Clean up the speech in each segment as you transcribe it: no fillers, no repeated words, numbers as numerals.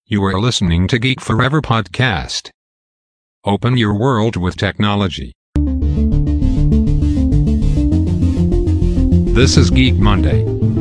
You are listening to Geek Forever podcast. Open your world with technology. This is Geek Monday.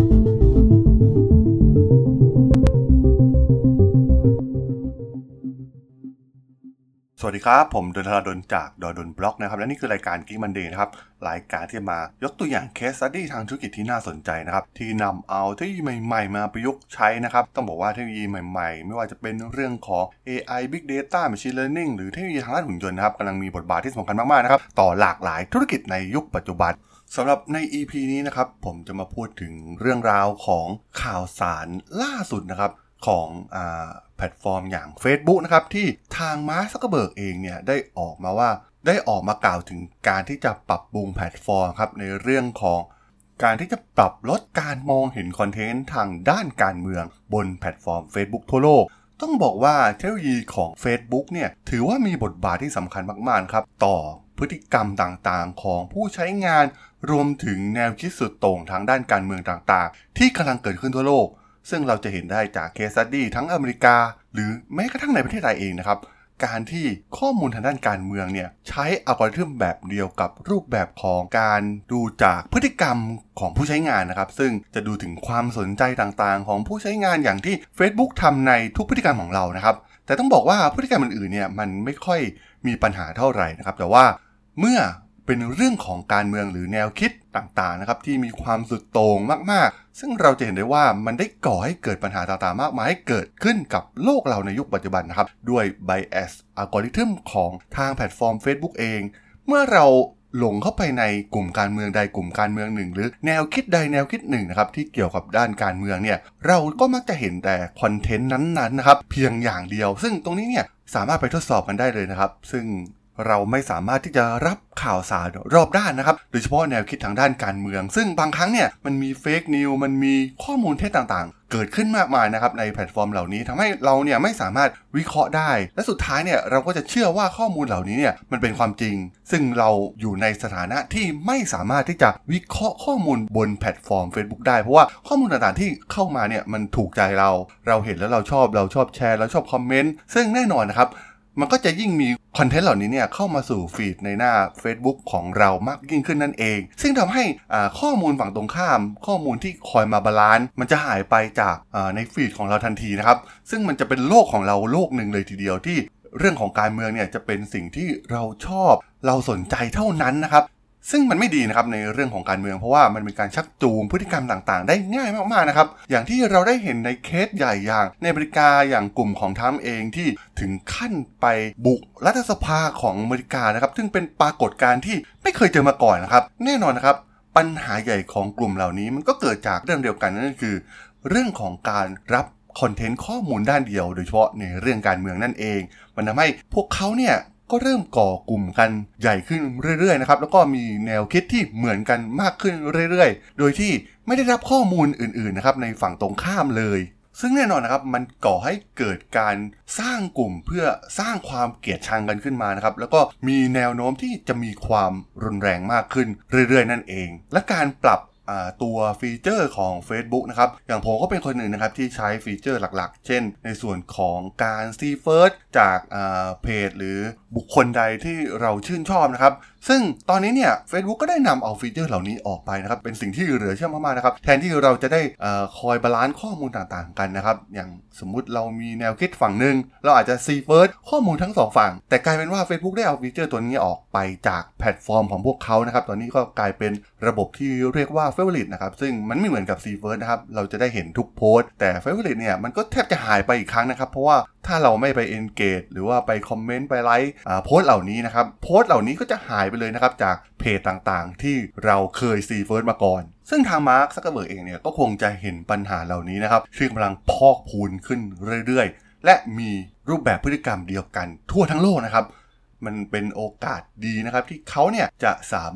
สวัสดีครับผมดนทราดลจากดนบล็อกนะครับและนี่คือรายการ Geek Monday นะครับรายการที่มายกตัวอย่างเคสสตั๊ดดี้ทางธุรกิจที่น่าสนใจนะครับที่นำเอาเทคโนโลยีใหม่ๆมาประยุกต์ใช้นะครับต้องบอกว่าเทคโนโลยีใหม่ๆไม่ว่าจะเป็นเรื่องของ AI Big Data Machine Learning หรือเทคโนโลยีทางด้านหุ่นยนต์นะครับกำลังมีบทบาทที่สำคัญมากๆนะครับต่อหลากหลายธุรกิจในยุคปัจจุบันสำหรับใน EP นี้นะครับผมจะมาพูดถึงเรื่องราวของข่าวสารล่าสุดนะครับของแพลตฟอร์มอย่าง Facebook นะครับที่ทางมาร์ค ซักเคอร์เบิร์กเองเนี่ยได้ออกมากล่าวถึงการที่จะปรับปรุงแพลตฟอร์มครับในเรื่องของการที่จะปรับลดการมองเห็นคอนเทนต์ทางด้านการเมืองบนแพลตฟอร์ม Facebook ทั่วโลกต้องบอกว่าเทคโนโลยีของ Facebook เนี่ยถือว่ามีบทบาทที่สำคัญมากๆครับต่อพฤติกรรมต่างๆของผู้ใช้งานรวมถึงแนวคิดสุดโต่งทางด้านการเมืองต่างๆที่กำลังเกิดขึ้นทั่วโลกซึ่งเราจะเห็นได้จากเคสสตั๊ดดี้ทั้งอเมริกาหรือแม้กระทั่งในประเทศไทยเองนะครับการที่ข้อมูลทางด้านการเมืองเนี่ยใช้อัลกอริทึมแบบเดียวกับรูปแบบของการดูจากพฤติกรรมของผู้ใช้งานนะครับซึ่งจะดูถึงความสนใจต่างๆของผู้ใช้งานอย่างที่ Facebook ทำในทุกพฤติกรรมของเรานะครับแต่ต้องบอกว่าพฤติกรรมอื่นๆเนี่ยมันไม่ค่อยมีปัญหาเท่าไหร่นะครับแต่ว่าเมื่อเป็นเรื่องของการเมืองหรือแนวคิดต่างๆนะครับที่มีความสุดโต่งมากๆซึ่งเราจะเห็นได้ว่ามันได้ก่อให้เกิดปัญหาต่างๆมากมายให้เกิดขึ้นกับโลกเราในยุคปัจจุบันนะครับด้วย bias อัลกอริทึมของทางแพลตฟอร์ม Facebook เองเมื่อเราหลงเข้าไปในกลุ่มการเมืองใดกลุ่มการเมืองหนึ่งหรือแนวคิดใดแนวคิดหนึ่งนะครับที่เกี่ยวกับด้านการเมืองเนี่ยเราก็มักจะเห็นแต่คอนเทนต์นั้นๆนะครับเพียงอย่างเดียวซึ่งตรงนี้เนี่ยสามารถไปทดสอบกันได้เลยนะครับซึ่งเราไม่สามารถที่จะรับข่าวสารรอบด้านนะครับโดยเฉพาะแนวคิดทางด้านการเมืองซึ่งบางครั้งเนี่ยมันมีเฟกนิวมันมีข้อมูลเท็จต่างๆเกิดขึ้นมากมายนะครับในแพลตฟอร์มเหล่านี้ทำให้เราเนี่ยไม่สามารถวิเคราะห์ได้และสุดท้ายเนี่ยเราก็จะเชื่อว่าข้อมูลเหล่านี้เนี่ยมันเป็นความจริงซึ่งเราอยู่ในสถานะที่ไม่สามารถที่จะวิเคราะห์ข้อมูลบนแพลตฟอร์ม Facebook ได้เพราะว่าข้อมูลต่างๆที่เข้ามาเนี่ยมันถูกใจเราเห็นแล้วเราชอบแชร์เราชอบคอมเมนต์ซึ่งแน่นอนนะครับมันก็จะยิ่งมีคอนเทนต์เหล่านี้เนี่ยเข้ามาสู่ฟีดในหน้า Facebook ของเรามากยิ่งขึ้นนั่นเองซึ่งทำให้ข้อมูลฝั่งตรงข้ามข้อมูลที่คอยมาบาลานซ์มันจะหายไปจากในฟีดของเราทันทีนะครับซึ่งมันจะเป็นโลกของเราโลกหนึ่งเลยทีเดียวที่เรื่องของการเมืองเนี่ยจะเป็นสิ่งที่เราชอบเราสนใจเท่านั้นนะครับซึ่งมันไม่ดีนะครับในเรื่องของการเมืองเพราะว่ามันเป็นการชักจูงพฤติกรรมต่างๆได้ง่ายมากๆนะครับอย่างที่เราได้เห็นในเคสใหญ่อย่างในอเมริกาอย่างกลุ่มของทรัมป์เองที่ถึงขั้นไปบุกรัฐสภาของอเมริกานะครับซึ่งเป็นปรากฏการณ์ที่ไม่เคยเจอมาก่อนนะครับแน่นอนนะครับปัญหาใหญ่ของกลุ่มเหล่านี้มันก็เกิดจากเรื่องเดียวกันนั่นก็คือเรื่องของการรับคอนเทนต์ข้อมูลด้านเดียวโดยเฉพาะในเรื่องการเมืองนั่นเองมันทำให้พวกเขาเนี่ยก็เริ่มก่อกลุ่มกันใหญ่ขึ้นเรื่อยๆนะครับแล้วก็มีแนวคิดที่เหมือนกันมากขึ้นเรื่อยๆโดยที่ไม่ได้รับข้อมูลอื่นๆนะครับในฝั่งตรงข้ามเลยซึ่งแน่นอนนะครับมันก่อให้เกิดการสร้างกลุ่มเพื่อสร้างความเกลียดชังกันขึ้นมานะครับแล้วก็มีแนวโน้มที่จะมีความรุนแรงมากขึ้นเรื่อยๆนั่นเองและการปรับตัวฟีเจอร์ของ Facebook นะครับอย่างผมก็เป็นคนหนึ่งนะครับที่ใช้ฟีเจอร์หลักๆเช่นในส่วนของการ See First จากเพจหรือบุคคลใดที่เราชื่นชอบนะครับซึ่งตอนนี้เนี่ย Facebook ก็ได้นำเอาฟีเจอร์เหล่านี้ออกไปนะครับเป็นสิ่งที่เหลือเชื่อมากๆนะครับแทนที่เราจะได้คอยบาลานซ์ข้อมูลต่างๆกันนะครับอย่างสมมุติเรามีแนวคิดฝั่งหนึ่งเราอาจจะ See First ข้อมูลทั้ง2ฝั่งแต่กลายเป็นว่า Facebook ได้เอาฟีเจอร์ตัวนี้ออกไปจากแพลตฟอร์มของพวกเขานะครับตอนนี้ก็กลายเป็นระบบที่เรียกว่า Favorite นะครับซึ่งมันไม่เหมือนกับ See First นะครับเราจะได้เห็นทุกโพสต์แต่ Favorite เนี่ยมันก็แทบจะหายไปอีกครั้งนะครับเพราะว่าถ้าเราไม่ไป engage หรือว่าไปคอมเมนต์ไปไลค์โพสต์เหล่านี้นะครับโพสต์เหล่านี้ก็จะหายไปเลยนะครับจากเพจต่างๆที่เราเคย See First มาก่อนซึ่งทางมาร์ค ซักเคอร์เบิร์กเองเนี่ยก็คงจะเห็นปัญหาเหล่านี้นะครับที่กำลังพอกพูนขึ้นเรื่อยๆและมีรูปแบบพฤติกรรมเดียวกันทั่วทั้งโลกนะครับมันเป็นโอกาสดีนะครับที่เขาเนี่ยจะสามารถ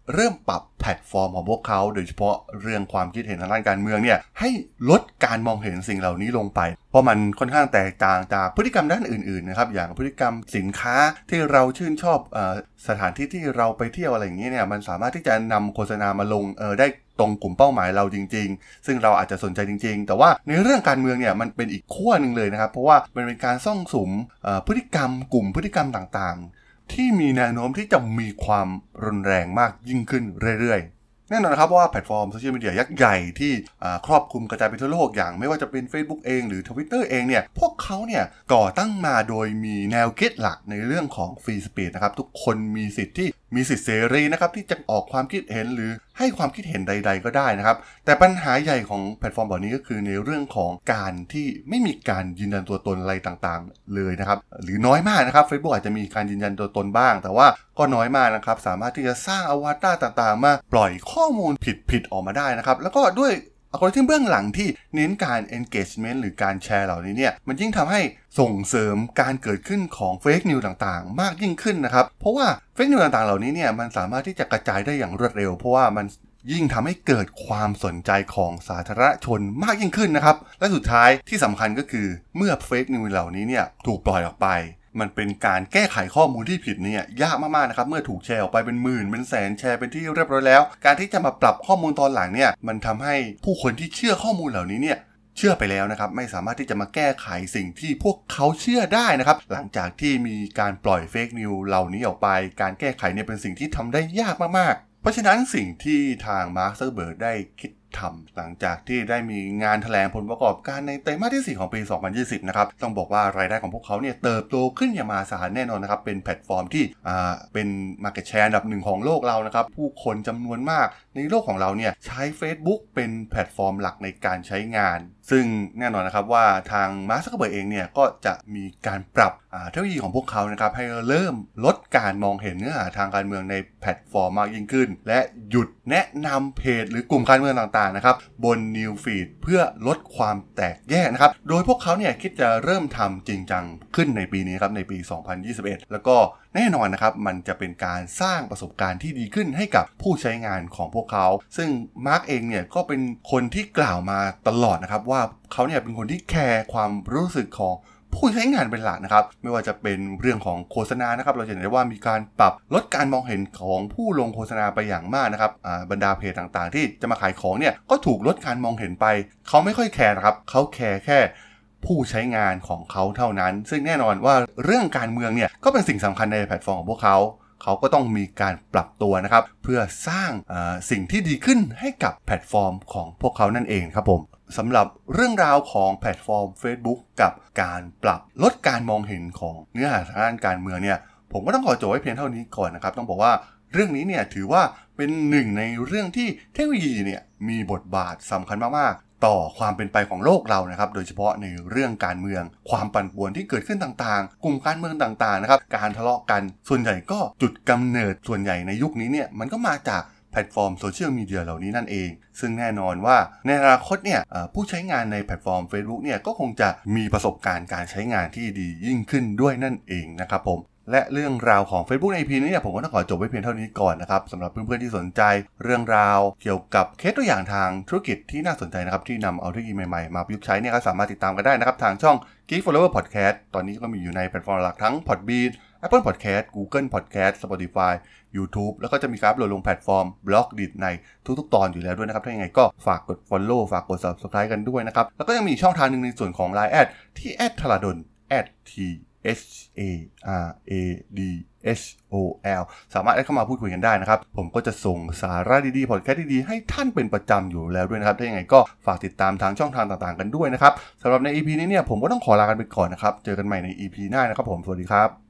เริ่มปรับแพลตฟอร์มของพวกเขาโดยเฉพาะเรื่องความคิดเห็นทางด้านการเมืองเนี่ยให้ลดการมองเห็นสิ่งเหล่านี้ลงไปเพราะมันค่อนข้างแตกต่างจากพฤติกรรมด้านอื่นๆนะครับอย่างพฤติกรรมสินค้าที่เราชื่นชอบสถานที่ที่เราไปเที่ยวอะไรอย่างเงี้ยเนี่ยมันสามารถที่จะนำโฆษณามาลงได้ตรงกลุ่มเป้าหมายเราจริงๆซึ่งเราอาจจะสนใจจริงๆแต่ว่าในเรื่องการเมืองเนี่ยมันเป็นอีกขั้วนึงเลยนะครับเพราะว่ามันเป็นการซ่องสุมพฤติกรรมกลุ่มพฤติกรรมต่างๆที่มีแนวโน้มที่จะมีความรุนแรงมากยิ่งขึ้นเรื่อยๆแน่นอนนะครับว่าแพลตฟอร์มโซเชียลมีเดียยักษ์ใหญ่ที่ครอบคลุมกระจายไปทั่วโลกอย่างไม่ว่าจะเป็น Facebook เองหรือ Twitter เองเนี่ยพวกเขาเนี่ยก่อตั้งมาโดยมีแนวคิดหลักในเรื่องของฟรีสปีชนะครับทุกคนมีสิทธิ์เสรีนะครับที่จะออกความคิดเห็นหรือให้ความคิดเห็นใดๆก็ได้นะครับแต่ปัญหาใหญ่ของแพลตฟอร์มแบบนี้ก็คือในเรื่องของการที่ไม่มีการยืนยันตัวตนอะไรต่างๆเลยนะครับหรือน้อยมากนะครับ Facebook อาจจะมีการยืนยันตัวตนบ้างแต่ว่าก็น้อยมากนะครับสามารถที่จะสร้างอวตารต่างๆมาปล่อยข้อมูลผิดออกมาได้นะครับแล้วก็ด้วยอัลกอริทึมเบื้องหลังที่เน้นการ engagement หรือการแชร์เหล่านี้เนี่ยมันยิ่งทำให้ส่งเสริมการเกิดขึ้นของ fake news ต่างๆมากยิ่งขึ้นนะครับเพราะว่า fake news ต่างๆเหล่านี้เนี่ยมันสามารถที่จะกระจายได้อย่างรวดเร็วเพราะว่ามันยิ่งทำให้เกิดความสนใจของสาธารณชนมากยิ่งขึ้นนะครับและสุดท้ายที่สำคัญก็คือเมื่อ fake news เหล่านี้เนี่ยถูกปล่อยออกไปมันเป็นการแก้ไขข้อมูลที่ผิดเนี่ยยากมากๆนะครับเมื่อถูกแชร์ออกไปเป็นหมื่นเป็นแสนแชร์เป็นที่เรียบร้อยแล้วการที่จะมาปรับข้อมูลตอนหลังเนี่ยมันทำให้ผู้คนที่เชื่อข้อมูลเหล่านี้เนี่ยเชื่อไปแล้วนะครับไม่สามารถที่จะมาแก้ไขสิ่งที่พวกเขาเชื่อได้นะครับหลังจากที่มีการปล่อยเฟกนิวส์เหล่านี้ออกไปการแก้ไขเนี่ยเป็นสิ่งที่ทำได้ยากมากๆเพราะฉะนั้นสิ่งที่ทางมาร์ค ซักเคอร์เบิร์กได้คิดทำหลังจากที่ได้มีงานแถลงผลประกอบการในไตรมาสที่4ของปี2020นะครับต้องบอกว่ารายได้ของพวกเขาเนี่ยเติบโตขึ้นอย่างมหาศาลแน่นอนนะครับเป็นแพลตฟอร์มที่เป็น market share อันดับ1ของโลกเรานะครับผู้คนจำนวนมากในโลกของเราเนี่ยใช้ Facebook เป็นแพลตฟอร์มหลักในการใช้งานซึ่งแน่นอนนะครับว่าทางมาร์ค ซักเคอร์เบิร์กเองเนี่ยก็จะมีการปรับเทคโนโลยีของพวกเขานะครับให้เริ่มลดการมองเห็นเนื้อหาทางการเมืองในแพลตฟอร์มมากยิ่งขึ้นและหยุดแนะนำเพจหรือกลุ่มการเมืองต่างๆนะครับบน New Feed เพื่อลดความแตกแยกนะครับโดยพวกเขาเนี่ยคิดจะเริ่มทำจริงจังขึ้นในปีนี้ครับในปี2021แล้วก็แน่นอนนะครับมันจะเป็นการสร้างประสบการณ์ที่ดีขึ้นให้กับผู้ใช้งานของพวกเขาซึ่งมาร์คเองเนี่ยก็เป็นคนที่กล่าวมาตลอดนะครับว่าเขาเนี่ยเป็นคนที่แคร์ความรู้สึกของผู้ใช้งานเป็นหลักนะครับไม่ว่าจะเป็นเรื่องของโฆษณานะครับเราจะเห็นได้ว่ามีการปรับลดการมองเห็นของผู้ลงโฆษณาไปอย่างมากนะครับบรรดาเพจต่างๆที่จะมาขายของเนี่ยก็ถูกลดการมองเห็นไปเขาไม่ค่อยแคร์นะครับเขาแคร์แค่ผู้ใช้งานของเขาเท่านั้นซึ่งแน่นอนว่าเรื่องการเมืองเนี่ยก็เป็นสิ่งสำคัญในแพลตฟอร์มของพวกเขาก็ต้องมีการปรับตัวนะครับเพื่อสร้างสิ่งที่ดีขึ้นให้กับแพลตฟอร์มของพวกเขานั่นเองครับผมสำหรับเรื่องราวของแพลตฟอร์ม Facebook กับการปรับลดการมองเห็นของเนื้อหาทางด้านการเมืองเนี่ยผมก็ต้องขอจบไว้เพียงเท่านี้ก่อนนะครับต้องบอกว่าเรื่องนี้เนี่ยถือว่าเป็นหนึ่งในเรื่องที่เทคโนโลยีเนี่ยมีบทบาทสำคัญมากๆต่อความเป็นไปของโลกเรานะครับโดยเฉพาะในเรื่องการเมืองความปั่นป่วนที่เกิดขึ้นต่างๆกลุ่มการเมืองต่างๆนะครับการทะเลาะกันส่วนใหญ่ก็จุดกำเนิดส่วนใหญ่ในยุคนี้เนี่ยมันก็มาจากแพลตฟอร์มโซเชียลมีเดียเหล่านี้นั่นเองซึ่งแน่นอนว่าในอนาคตเนี่ยผู้ใช้งานในแพลตฟอร์ม Facebook เนี่ยก็คงจะมีประสบการณ์การใช้งานที่ดียิ่งขึ้นด้วยนั่นเองนะครับผมและเรื่องราวของ Facebook ใน EP นี้เนี่ยผมก็ต้องขอจบไว้เพียงเท่านี้ก่อนนะครับสำหรับเพื่อนๆที่สนใจเรื่องราวเกี่ยวกับเคสตัวอย่างทางธุรกิจที่น่าสนใจนะครับที่นำเอาเทคโนโลยีใหม่ๆมาประยุกต์ใช้เนี่ยก็สามารถติดตามกันได้นะครับทางช่อง Geek Forever Podcast ตอนนี้ก็มีอยู่ในแพลตฟอร์มหลักทั้ง Podbean Apple Podcast Google Podcast Spotify YouTube แล้วก็จะมีการโหลดลงแพลตฟอร์ม Blogdit ในทุกๆตอนอยู่แล้วด้วยนะครับถ้าอย่างไรก็ฝากกด follow ฝากกด subscribe กันด้วยนะครับแล้วก็ยังมีช่องทางนึงในส่วนของ Line แอดที่@thradol @THARADSOL สามารถเข้ามาพูดคุยกันได้นะครับผมก็จะส่งสาระดีๆพอดแคสต์ดีๆให้ท่านเป็นประจำอยู่แล้วด้วยนะครับถ้าอย่างไรก็ฝากติดตามทางช่องทางต่างๆกันด้วยนะครับสำหรับใน EP นี้เนี่ยผมก็ต้องขอลากันไปก่อนนะครับเจอกันใหม่ใน EP หน้านะครับผมสวัสดีครับ